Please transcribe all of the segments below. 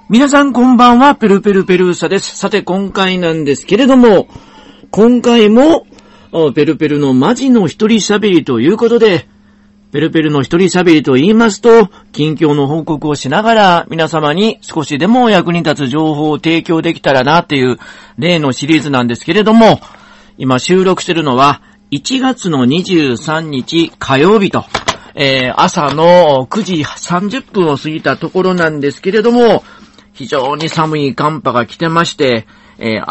皆さんこんばんは、ペルペルペルーサです。さて今回なんですけれども、今回もペルペルのマジの一人喋りということで、ペルペルの一人喋りと言いますと、近況の報告をしながら皆様に少しでも役に立つ情報を提供できたらなっていう例のシリーズなんですけれども、今収録しているのは1月の23日火曜日と、朝の9時30分を過ぎたところなんですけれども、非常に寒い寒波が来てまして、明日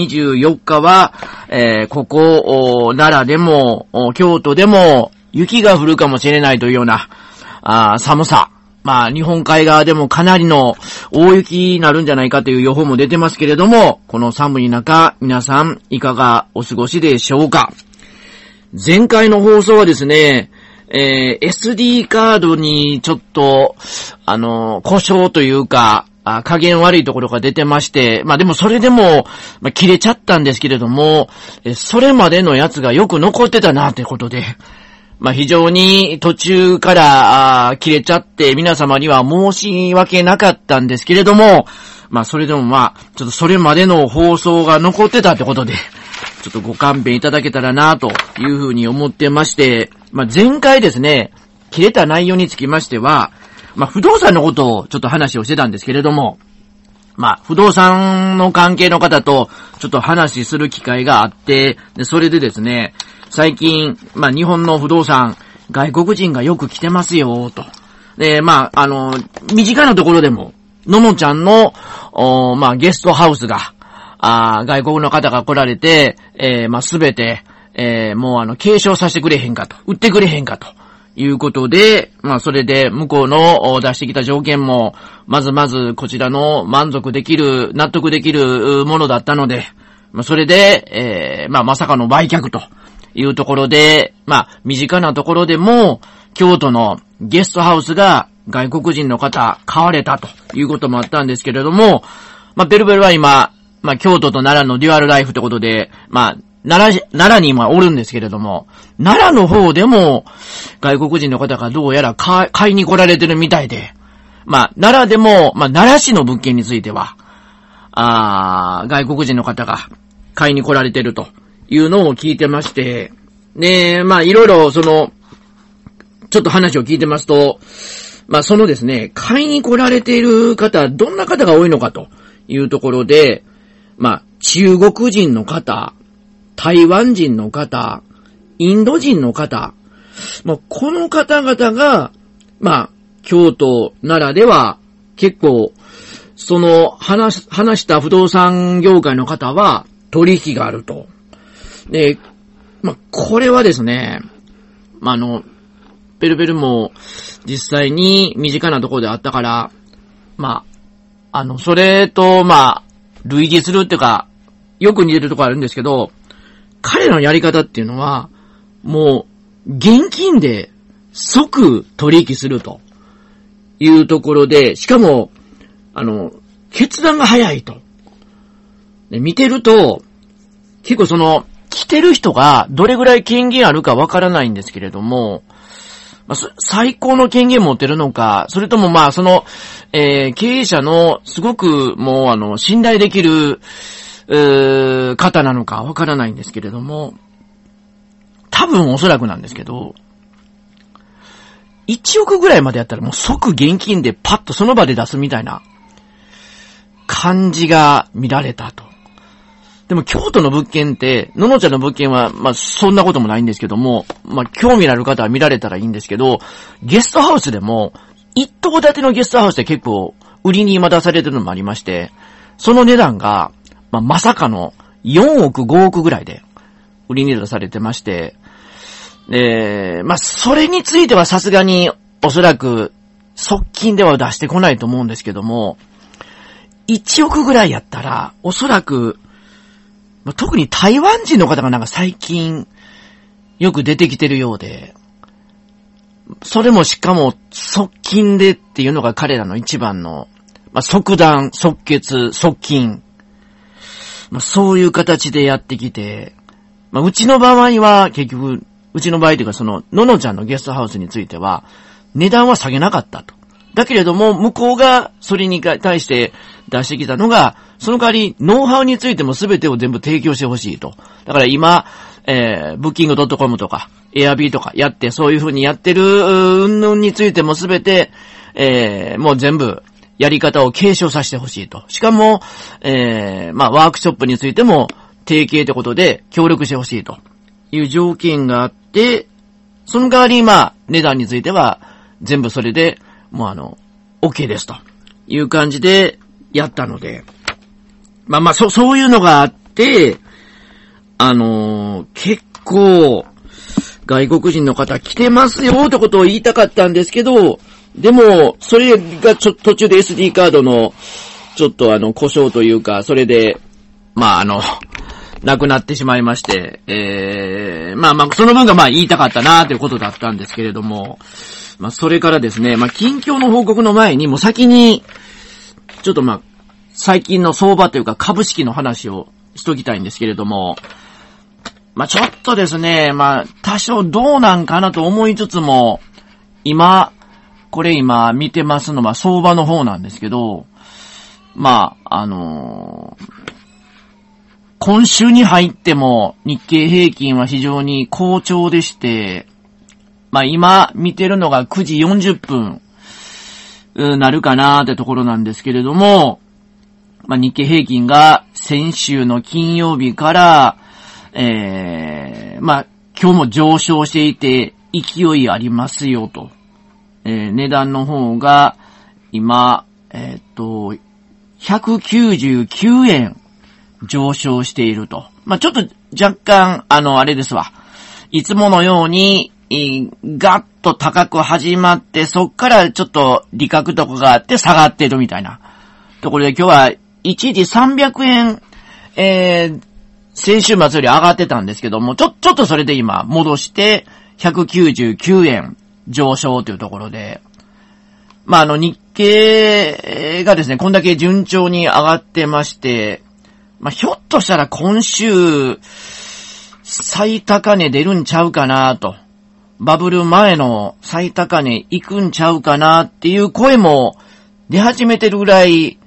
24日は、ここ、奈良でも、京都でも、雪が降るかもしれないというような、寒さ。日本海側でもかなりの大雪になるんじゃないかという予報も出てますけれども、この寒い中、皆さん、いかがお過ごしでしょうか。前回の放送はですね、SD カードにちょっと、故障というか、加減悪いところが出てまして、でもそれでも、切れちゃったんですけれども、それまでのやつがよく残ってたなということで、非常に途中から切れちゃって皆様には申し訳なかったんですけれども、それでもちょっとそれまでの放送が残ってたってことで、ちょっとご勘弁いただけたらなというふうに思ってまして、前回ですね、切れた内容につきましては、不動産のことをちょっと話をしてたんですけれども、不動産の関係の方とちょっと話する機会があって、でそれでですね、最近、日本の不動産、外国人がよく来てますよ、と。で、身近なところでも、ののちゃんの、ゲストハウスが、外国の方が来られて、すべて、もう継承させてくれへんかと、売ってくれへんかと。いうことで、それで向こうの出してきた条件も、まずこちらの満足できる、納得できるものだったので、それで、まさかの売却というところで、身近なところでも、京都のゲストハウスが外国人の方買われたということもあったんですけれども、ベルベルは今、京都と奈良のデュアルライフってことで、奈良に今おるんですけれども、奈良の方でも外国人の方がどうやら買いに来られてるみたいで、奈良でも、奈良市の物件については、外国人の方が買いに来られてるというのを聞いてまして、で、いろいろちょっと話を聞いてますと、そのですね、買いに来られている方、どんな方が多いのかというところで、中国人の方、台湾人の方、インド人の方、この方々が、京都、奈良では結構、その話した不動産業界の方は取引があると。で、これはですね、ペルペルも実際に身近なところであったから、それと、類似するっていうか、よく似てるところあるんですけど、彼のやり方っていうのは、もう、現金で即取引するというところで、しかも、決断が早いと。で見てると、結構来てる人がどれぐらい権限あるかわからないんですけれども、最高の権限持ってるのか、それとも経営者のすごくもう信頼できる、方なのかわからないんですけれども、多分おそらくなんですけど、1億ぐらいまでやったらもう即現金でパッとその場で出すみたいな感じが見られたと。でも京都の物件って、ののちゃんの物件はそんなこともないんですけども、興味のある方は見られたらいいんですけど、ゲストハウスでも一棟建てのゲストハウスで結構売りに今出されてるのもありまして、その値段がまさかの4億5億ぐらいで売りに出されてまして、それについてはさすがにおそらく側近では出してこないと思うんですけども、1億ぐらいやったらおそらく、特に台湾人の方が最近よく出てきてるようで、それもしかも側近でっていうのが彼らの一番の、即断、即決、側近、そういう形でやってきて、うちの場合は結局、うちの場合というかののちゃんのゲストハウスについては、値段は下げなかったと。 だけれども、向こうがそれに対して出してきたのが、その代わり、ノウハウについても全てを全部提供してほしいと。だから今、booking.com とか、Airb とかやって、そういう風にやってる、云々についても全て、もう全部、やり方を継承させてほしいと。しかも、ワークショップについても、提携ってことで協力してほしいという条件があって、その代わり値段については全部それでもうOK ですという感じでやったので、そういうのがあって、結構外国人の方来てますよってことを言いたかったんですけど、でもそれが途中で SD カードのちょっと故障というか、それでなくなってしまいまして、その分が言いたかったなということだったんですけれども、それからですね、近況の報告の前にもう先に、ちょっと最近の相場というか株式の話をしときたいんですけれども、ちょっとですね、多少どうなんかなと思いつつも、今見てますのは相場の方なんですけど、今週に入っても日経平均は非常に好調でして、今見てるのが9時40分なるかなーってところなんですけれども、日経平均が先週の金曜日から、今日も上昇していて勢いありますよと。値段の方が今、199円上昇していると。ちょっと若干、あれですわ。いつものように、ガッと高く始まって、そっからちょっと利確とかがあって下がってるみたいなところで、今日は一時300円、先週末より上がってたんですけども、ちょっとそれで今戻して、199円上昇というところで、日経がですね、こんだけ順調に上がってまして、ひょっとしたら今週、最高値出るんちゃうかなと。バブル前の最高値行くんちゃうかなっていう声も出始めてるぐらい、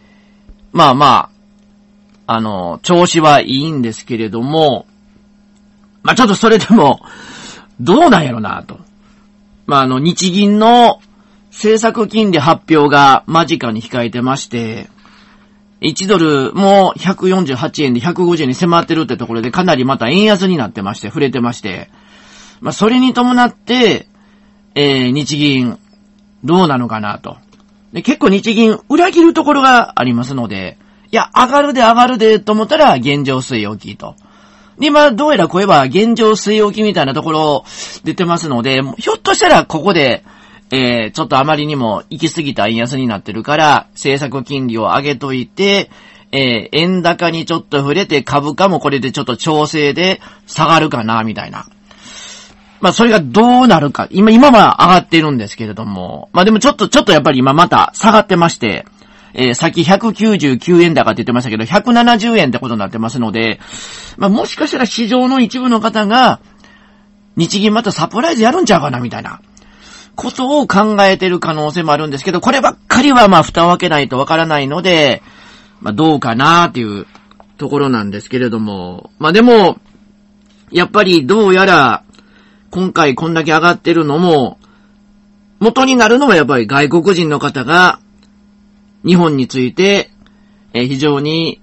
調子はいいんですけれども、ちょっとそれでも、どうなんやろなと。日銀の政策金利発表が間近に控えてまして、1ドルも148円で150円に迫ってるってところでかなりまた円安になってまして、触れてまして、それに伴って、日銀どうなのかなと。で、結構日銀裏切るところがありますので、いや、上がるでと思ったら現状据え置きと。で、どうやら声は現状据え置きみたいなところ出てますので、ひょっとしたらここで、ちょっとあまりにも行き過ぎた円安になってるから、政策金利を上げといて、円高にちょっと触れて株価もこれでちょっと調整で下がるかな、みたいな。それがどうなるか。今は上がってるんですけれども。でもちょっとやっぱり今また下がってまして、さっき199円高って言ってましたけど、170円ってことになってますので、もしかしたら市場の一部の方が、日銀またサプライズやるんちゃうかな、みたいなことを考えてる可能性もあるんですけど、こればっかりは蓋を開けないとわからないので、どうかなっていうところなんですけれども、でも、やっぱりどうやら、今回こんだけ上がってるのも、元になるのはやっぱり外国人の方が、日本について、非常に、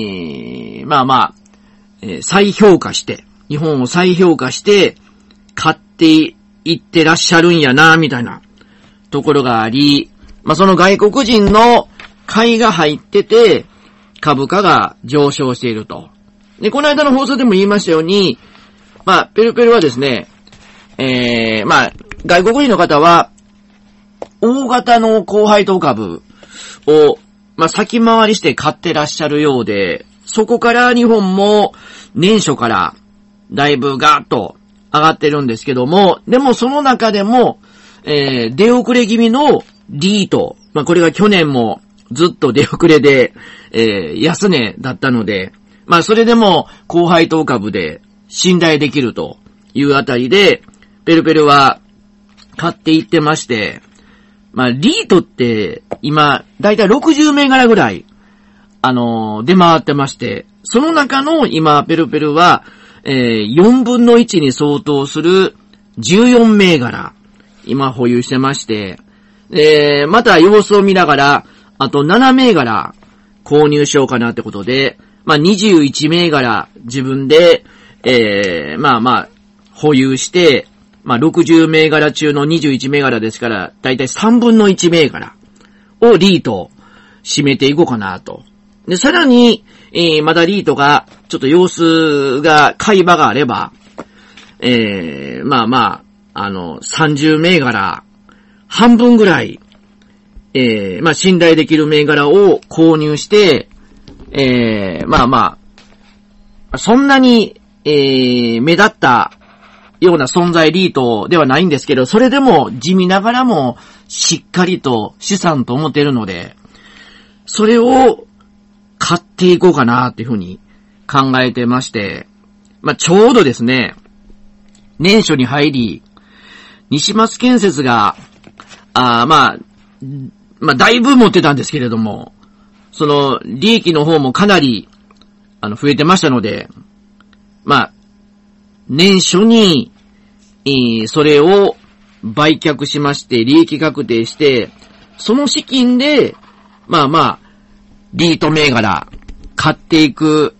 再評価して、日本を再評価して、買っていってらっしゃるんやな、みたいなところがあり、その外国人の買いが入ってて、株価が上昇していると。で、この間の放送でも言いましたように、ペルペルはですね、外国人の方は、大型の高配当株を、先回りして買ってらっしゃるようで、そこから日本も年初からだいぶガーッと上がってるんですけども、でもその中でも、出遅れ気味のリート、これが去年もずっと出遅れで、安値だったので、それでも高配当株で信頼できるというあたりで、ペルペルは買っていってまして、 まあ、リートって、今、だいたい60銘柄ぐらい、出回ってまして、その中の今、ペルペルは、4分の1に相当する14銘柄、今保有してまして、また様子を見ながら、あと7銘柄購入しようかなってことで、まあ、21銘柄自分で、保有して、まあ、60銘柄中の21銘柄ですから、だいたい3分の1銘柄をリート占めていこうかなと。で、さらに、まだリートが、ちょっと様子が、買い場があれば、30銘柄、半分ぐらい、信頼できる銘柄を購入して、そんなに、目立ったような存在リートではないんですけど、それでも地味ながらもしっかりと資産と思っているので、それを買っていこうかなっていうふうに考えてまして、ちょうどですね、年初に入り、西松建設が、だいぶ持ってたんですけれども、その利益の方もかなり、増えてましたので、年初に、それを売却しまして、利益確定して、その資金で、リート銘柄、買っていく、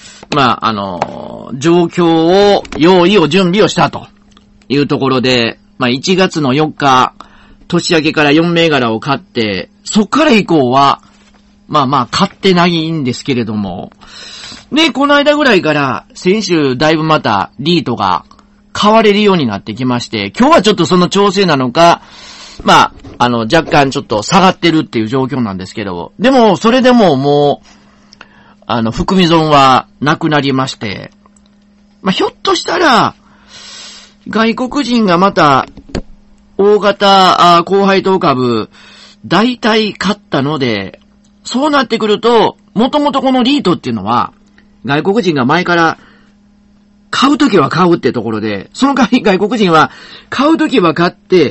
状況を、準備をしたというところで、1月の4日、年明けから4銘柄を買って、そっから以降は、買ってないんですけれども、で、この間ぐらいから、先週だいぶまたリートが買われるようになってきまして、今日はちょっとその調整なのか、若干ちょっと下がってるっていう状況なんですけど、でも、それでももう、含み損はなくなりまして、ひょっとしたら、外国人がまた、大型高配当株、大体買ったので、そうなってくると、もともとこのリートっていうのは、外国人が前から買うときは買うってところで、その代わり外国人は買うときは買って、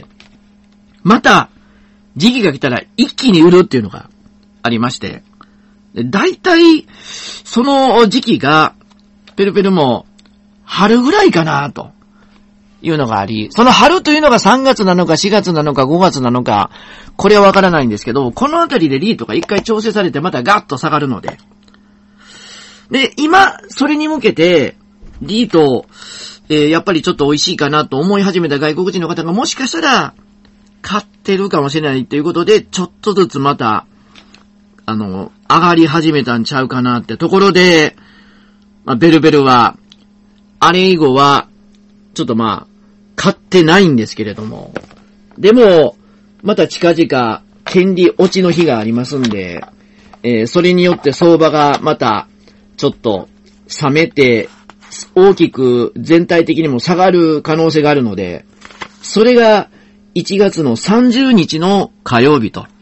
また時期が来たら一気に売るっていうのがありまして、大体その時期がペルペルも春ぐらいかなというのがあり、その春というのが3月なのか4月なのか5月なのか、これはわからないんですけど、このあたりでリートが一回調整されてまたガッと下がるので、で、今、それに向けて、リート、やっぱりちょっと美味しいかなと思い始めた外国人の方がもしかしたら、買ってるかもしれないということで、ちょっとずつまた、上がり始めたんちゃうかなってところで、ベルベルは、あれ以後は、ちょっと買ってないんですけれども、でも、また近々、権利落ちの日がありますんで、それによって相場がまた、ちょっと冷めて大きく全体的にも下がる可能性があるので、それが1月の30日の火曜日と。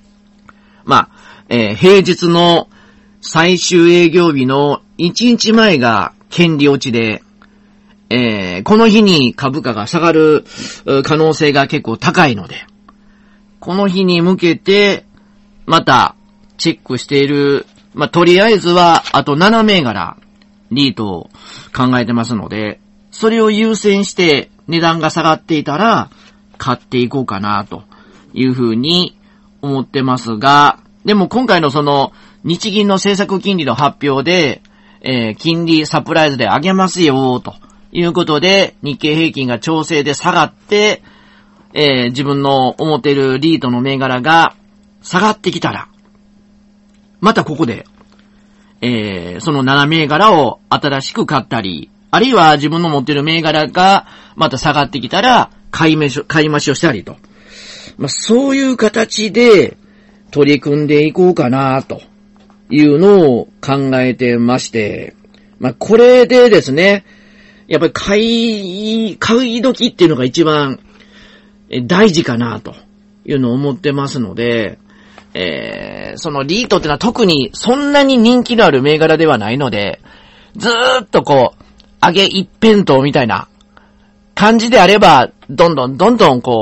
平日の最終営業日の1日前が権利落ちで、この日に株価が下がる可能性が結構高いので、この日に向けてまたチェックしている、とりあえずは、あと7銘柄、リートを考えてますので、それを優先して値段が下がっていたら、買っていこうかな、というふうに思ってますが、でも今回のその、日銀の政策金利の発表で、金利サプライズで上げますよ、ということで、日経平均が調整で下がって、自分の思っているリートの銘柄が下がってきたら、またここで、その7銘柄を新しく買ったり、あるいは自分の持っている銘柄がまた下がってきたら、買い増しをしたりと。そういう形で取り組んでいこうかな、というのを考えてまして、これでですね、やっぱり買い時っていうのが一番大事かな、というのを思ってますので、そのリートってのは特にそんなに人気のある銘柄ではないので、ずーっと上げ一辺倒みたいな感じであれば、どんどん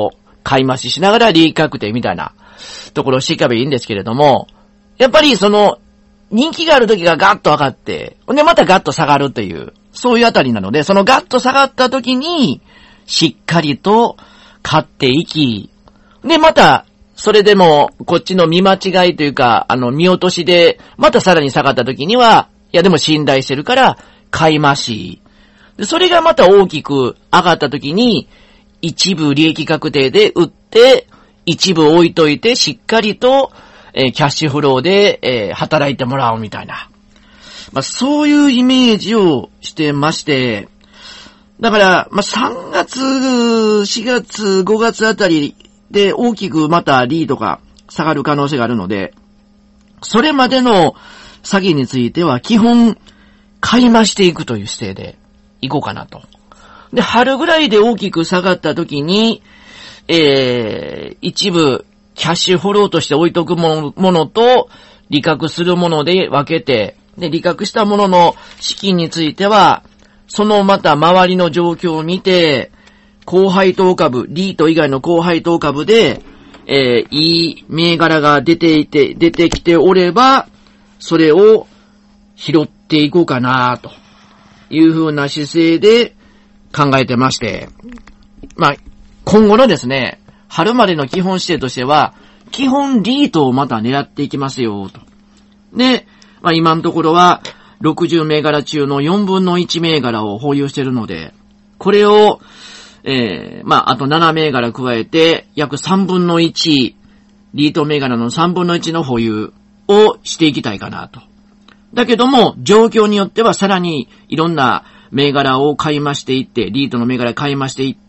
買い増ししながら利益確定みたいなところをしていけばいいんですけれども、やっぱり人気がある時がガッと上がって、で、またガッと下がるという、そういうあたりなので、そのガッと下がった時に、しっかりと買っていき、で、また、それでも、こっちの見間違いというか、見落としで、またさらに下がった時には、いやでも信頼してるから、買い増し。で、それがまた大きく上がった時に、一部利益確定で売って、一部置いといて、しっかりと、キャッシュフローで、働いてもらおうみたいな。そういうイメージをしてまして、だから、3月、4月、5月あたりで大きくまたリードが下がる可能性があるので、それまでの詐欺については基本買い増していくという姿勢でいこうかなと。で、春ぐらいで大きく下がった時に、一部キャッシュフォローとして置いとくものと、利確するもので分けて、で、利確したものの資金については、そのまた周りの状況を見て、高配当株、リート以外の高配当株で、いい銘柄が出てきておれば、それを拾っていこうかなというふうな姿勢で考えてまして、今後のですね、春までの基本姿勢としては、基本リートをまた狙っていきますよと。で、今のところは60銘柄中の4分の1銘柄を保有しているので、これを、あと7銘柄加えて、約3分の1、リート銘柄の3分の1の保有をしていきたいかなと。だけども、状況によってはさらにいろんな銘柄を買い増していって、リートの銘柄買い増していって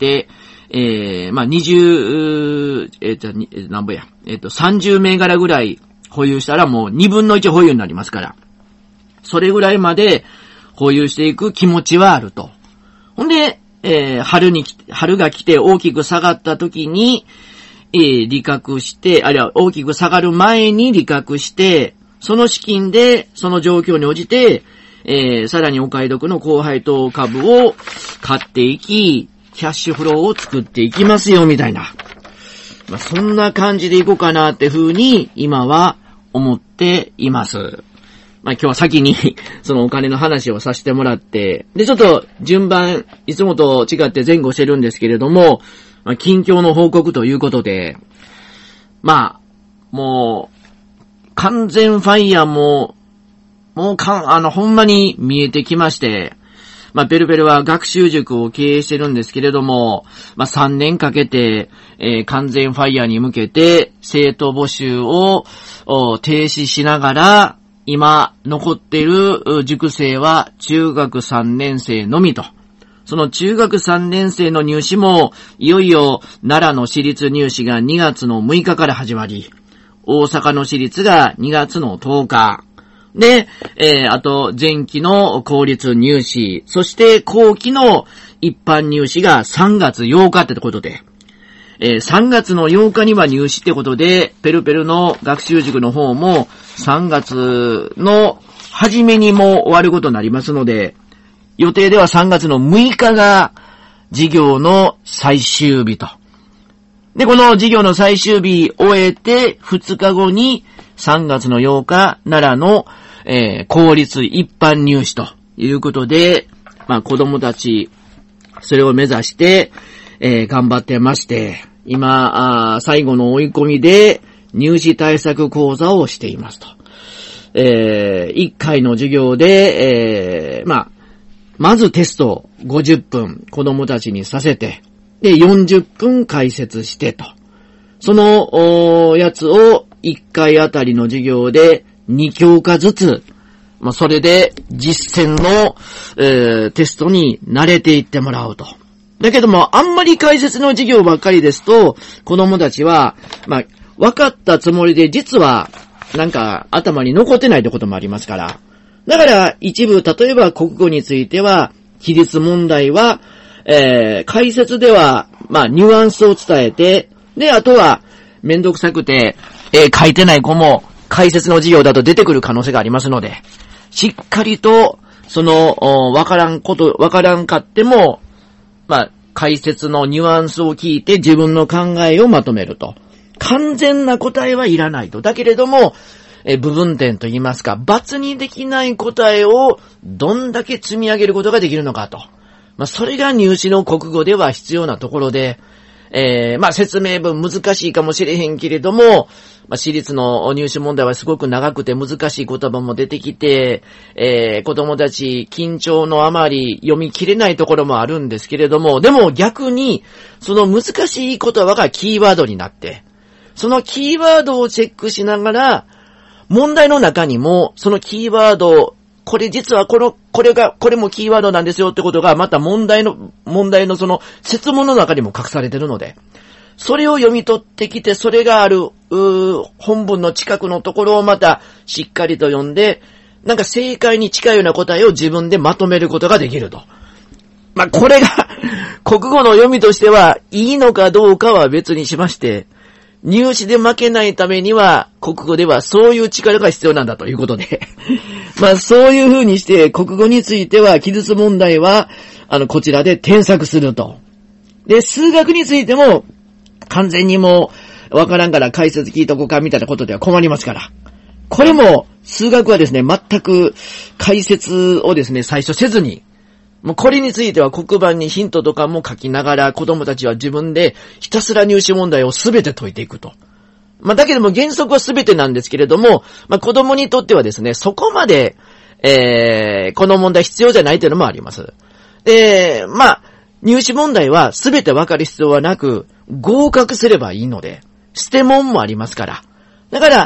、30銘柄ぐらい保有したらもう2分の1保有になりますから。それぐらいまで保有していく気持ちはあると。ほんで、春が来て大きく下がった時に、利確して、あるいは大きく下がる前に利確して、その資金で、その状況に応じて、さらにお買い得の高配当株を買っていき、キャッシュフローを作っていきますよ、みたいな。そんな感じでいこうかなって風に、今は思っています。今日は先に、そのお金の話をさせてもらって、で、ちょっと順番、いつもと違って前後してるんですけれども、近況の報告ということで、もう、完全ファイヤーもほんまに見えてきまして、ペルペルは学習塾を経営してるんですけれども、3年かけて、完全ファイヤーに向けて、生徒募集を停止しながら、今残っている塾生は中学3年生のみと。その中学3年生の入試も、いよいよ奈良の私立入試が2月の6日から始まり、大阪の私立が2月の10日。で、あと前期の公立入試、そして後期の一般入試が3月8日ってことで、3月の8日には入試ってことで、ペルペルの学習塾の方も3月の初めにも終わることになりますので、予定では3月の6日が授業の最終日と。で、この授業の最終日終えて2日後に3月の8日、奈良の、公立一般入試ということで、子供たち、それを目指して、頑張ってまして、今、最後の追い込みで入試対策講座をしていますと。1回の授業で、まずテスト50分子供たちにさせて、で、40分解説してと。その、やつを1回あたりの授業で2教科ずつ、それで実践の、テストに慣れていってもらうと。だけども、あんまり解説の授業ばっかりですと、子供たちは、分かったつもりで実は、頭に残ってないってこともありますから。だから、一部、例えば国語については、記述問題は、解説では、ニュアンスを伝えて、で、あとは、めんどくさくて、書いてない子も、解説の授業だと出てくる可能性がありますので、しっかりと、わからんかっても、 解説のニュアンスを聞いて自分の考えをまとめると。完全な答えはいらないと。だけれども、部分点といいますか、抜にできない答えをどんだけ積み上げることができるのかと。それが入試の国語では必要なところで、説明文難しいかもしれへんけれども、私立の入試問題はすごく長くて難しい言葉も出てきて、子供たち緊張のあまり読み切れないところもあるんですけれども、でも逆に、その難しい言葉がキーワードになって、そのキーワードをチェックしながら、問題の中にも、そのキーワード、これ実はこれもキーワードなんですよってことが、また問題のその設問の中にも隠されてるので、それを読み取ってきて、それがある、本文の近くのところをまたしっかりと読んで、なんか正解に近いような答えを自分でまとめることができると。これが、国語の読みとしてはいいのかどうかは別にしまして、入試で負けないためには、国語ではそういう力が必要なんだということで。そういう風にして、国語については、記述問題は、こちらで添削すると。で、数学についても、完全にもう、わからんから解説聞いとこうかみたいなことでは困りますから。これも、数学はですね、全く解説をですね、最初せずに、もうこれについては黒板にヒントとかも書きながら子供たちは自分でひたすら入試問題をすべて解いていくと。だけども原則はすべてなんですけれども、子供にとってはですね、そこまで、この問題必要じゃないというのもあります。で、入試問題はすべてわかる必要はなく、合格すればいいので、捨て問もありますから。だから、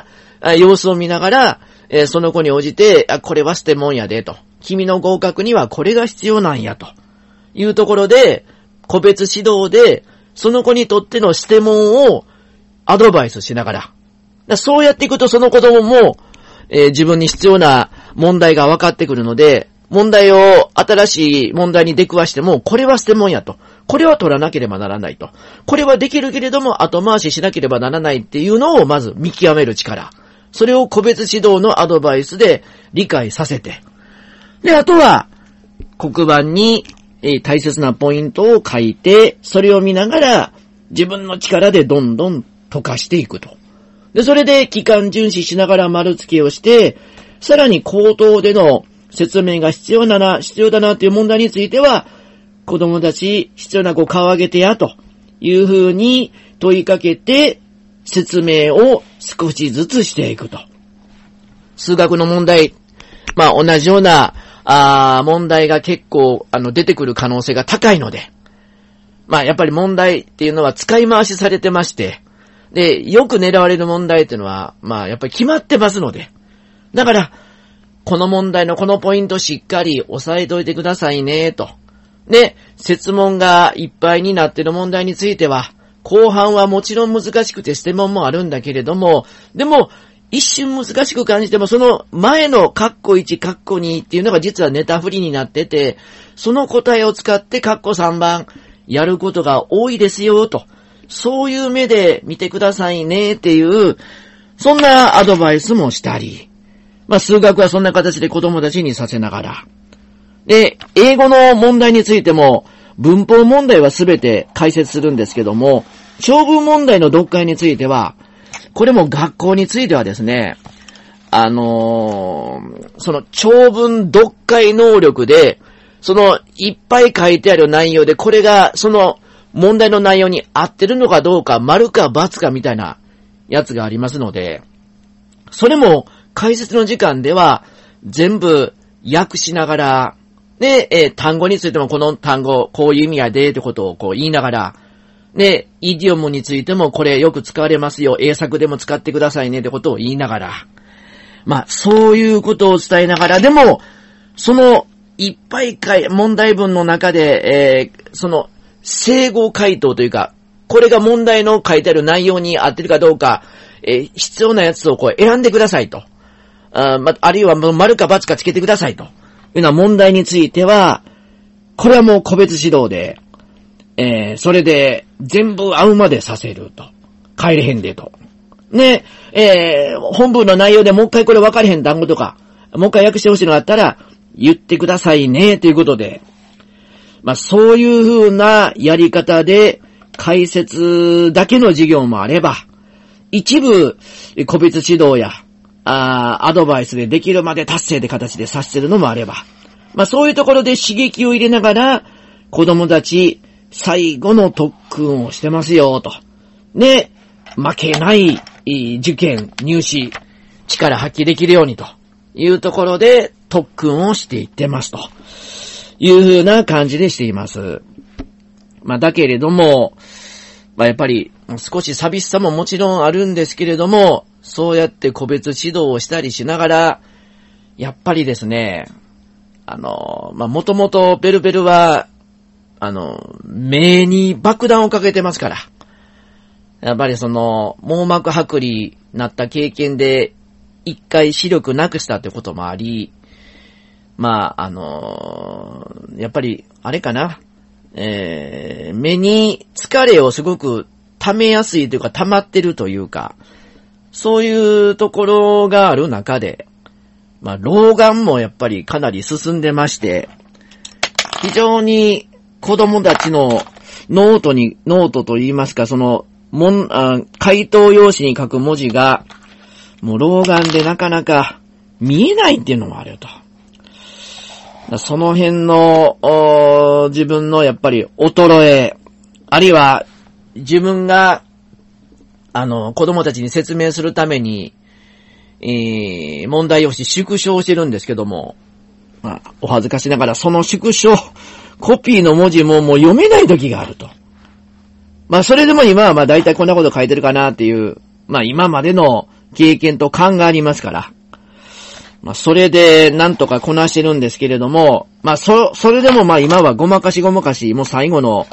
様子を見ながら、その子に応じて、これは捨て問やでと。君の合格にはこれが必要なんやというところで、個別指導で、その子にとっての捨て問をアドバイスしながら、そうやっていくとその子供も、自分に必要な問題が分かってくるので、問題を新しい問題に出くわしても、これは捨て問やと。これは取らなければならないと。これはできるけれども後回ししなければならないっていうのをまず見極める力。それを個別指導のアドバイスで理解させて、で、あとは、黒板に、大切なポイントを書いて、それを見ながら、自分の力でどんどん溶かしていくと。で、それで期間巡視しながら丸付けをして、さらに口頭での説明が必要だなという問題については、子供たち必要な顔上げてや、というふうに問いかけて、説明を少しずつしていくと。数学の問題、同じような、問題が結構、出てくる可能性が高いので、やっぱり問題っていうのは使い回しされてまして、で、よく狙われる問題っていうのは、やっぱり決まってますので、だから、この問題のこのポイントしっかり押さえておいてくださいね、と。で、設問がいっぱいになっている問題については、後半はもちろん難しくて捨て問もあるんだけれども、でも、一瞬難しく感じても、その前のカッコ1、カッコ2っていうのが実はネタ振りになってて、その答えを使ってカッコ3番やることが多いですよ、と。そういう目で見てくださいね、っていう、そんなアドバイスもしたり、数学はそんな形で子供たちにさせながら。で、英語の問題についても、文法問題はすべて解説するんですけども、長文問題の読解については、これも学校についてはですね、その長文読解能力で、そのいっぱい書いてある内容で、これがその問題の内容に合ってるのかどうか、丸か×かみたいなやつがありますので、それも解説の時間では全部訳しながら、で、単語についてもこの単語、こういう意味やでってことを言いながら、で、イディオムについてもこれよく使われますよ。英作でも使ってくださいねってことを言いながら。そういうことを伝えながら、でも、その、いっぱい問題文の中で、その、整合回答というか、これが問題の書いてある内容に合ってるかどうか、必要なやつを選んでくださいと。あるいは丸か×かつけてくださいと。いうような問題については、これはもう個別指導で、それで全部合うまでさせると。帰れへんでと。ね、本文の内容でもう一回これ分かれへん単語とか、もう一回訳してほしいのがあったら、言ってくださいね、ということで。 そういう風なやり方で解説だけの授業もあれば、一部個別指導やアドバイスでできるまで達成で形でさせてるのもあれば、そういうところで刺激を入れながら子供たち最後の特訓をしてますよと。で、負けない受験、入試、力発揮できるようにというところで特訓をしていってますという風な感じでしています。だけれども、やっぱり少し寂しさももちろんあるんですけれども、そうやって個別指導をしたりしながら、やっぱりですね、もともとペルペルは、目に爆弾をかけてますから、やっぱり網膜剥離になった経験で、一回視力なくしたってこともあり、やっぱり、あれかな、目に疲れをすごく溜めやすいというか溜まってるというか、そういうところがある中で、老眼もやっぱりかなり進んでまして、非常に子供たちのノートと言いますか、回答用紙に書く文字が、もう老眼でなかなか見えないっていうのもあるよと。その辺の自分のやっぱり衰え、あるいは自分が子供たちに説明するために、問題用紙縮小してるんですけども、お恥ずかしながらその縮小、コピーの文字ももう読めない時があると。それでも今はだいたいこんなこと書いてるかなっていう、今までの経験と勘がありますから、それでなんとかこなしてるんですけれども、それでも今はごまかし、もう最後の、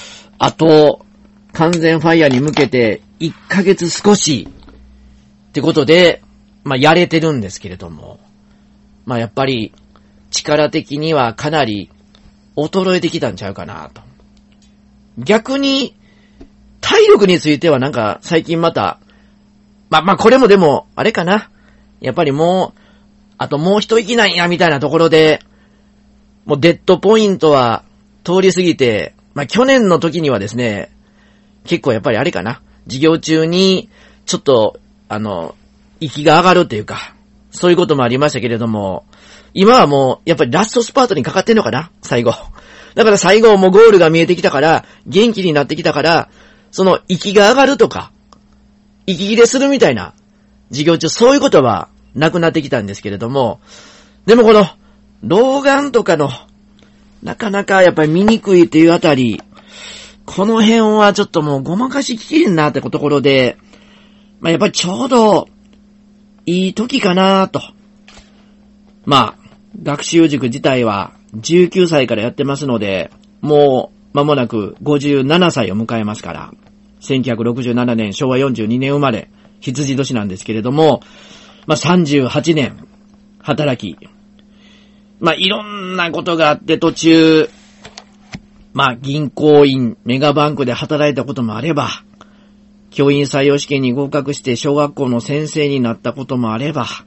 完全ファイヤーに向けて1ヶ月少しってことで、やれてるんですけれども、やっぱり力的にはかなり衰えてきたんちゃうかなと。逆に体力についてはなんか最近また、これもでもあれかな。やっぱりもう一息なんやみたいなところで、もうデッドポイントは通り過ぎて、去年の時にはですね、結構やっぱりあれかな。授業中にちょっと息が上がるっていうか、そういうこともありましたけれども、今はもうやっぱりラストスパートにかかってんのかな、最後。だから最後もうゴールが見えてきたから、元気になってきたから、その息が上がるとか、息切れするみたいな授業中、そういうことはなくなってきたんですけれども、でもこの老眼とかのなかなかやっぱり見にくいっていうあたり、この辺はちょっともうごまかしきれんなってところで、やっぱりちょうどいい時かなと。学習塾自体は19歳からやってますので、もう間もなく57歳を迎えますから、1967年昭和42年生まれ、羊年なんですけれども、38年働き、いろんなことがあって途中、銀行員、メガバンクで働いたこともあれば、教員採用試験に合格して小学校の先生になったこともあれば、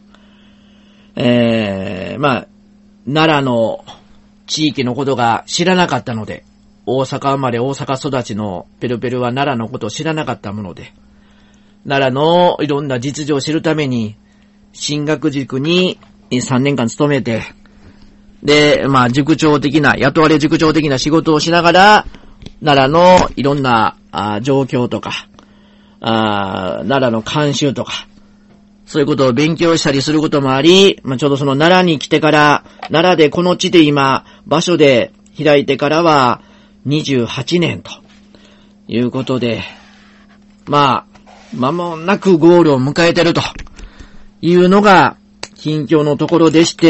奈良の地域のことが知らなかったので、大阪生まれ大阪育ちのペルペルは奈良のことを知らなかったもので、奈良のいろんな実情を知るために、進学塾に3年間勤めて、で、塾長的な、雇われ塾長的な仕事をしながら、奈良のいろんな状況とか、奈良の慣習とか、そういうことを勉強したりすることもあり、ちょうどその奈良に来てから、奈良でこの地で今、場所で開いてからは28年ということで、間もなくゴールを迎えてるというのが近況のところでして、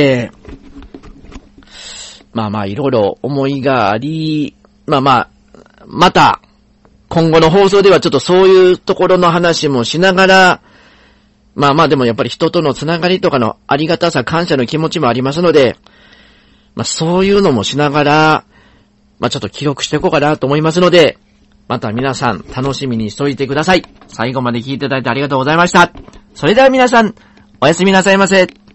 いろいろ思いがあり、また、今後の放送ではちょっとそういうところの話もしながら、でもやっぱり人とのつながりとかのありがたさ、感謝の気持ちもありますので、そういうのもしながら、ちょっと記録していこうかなと思いますので、また皆さん楽しみにしておいてください。最後まで聞いていただいてありがとうございました。それでは皆さん、おやすみなさいませ。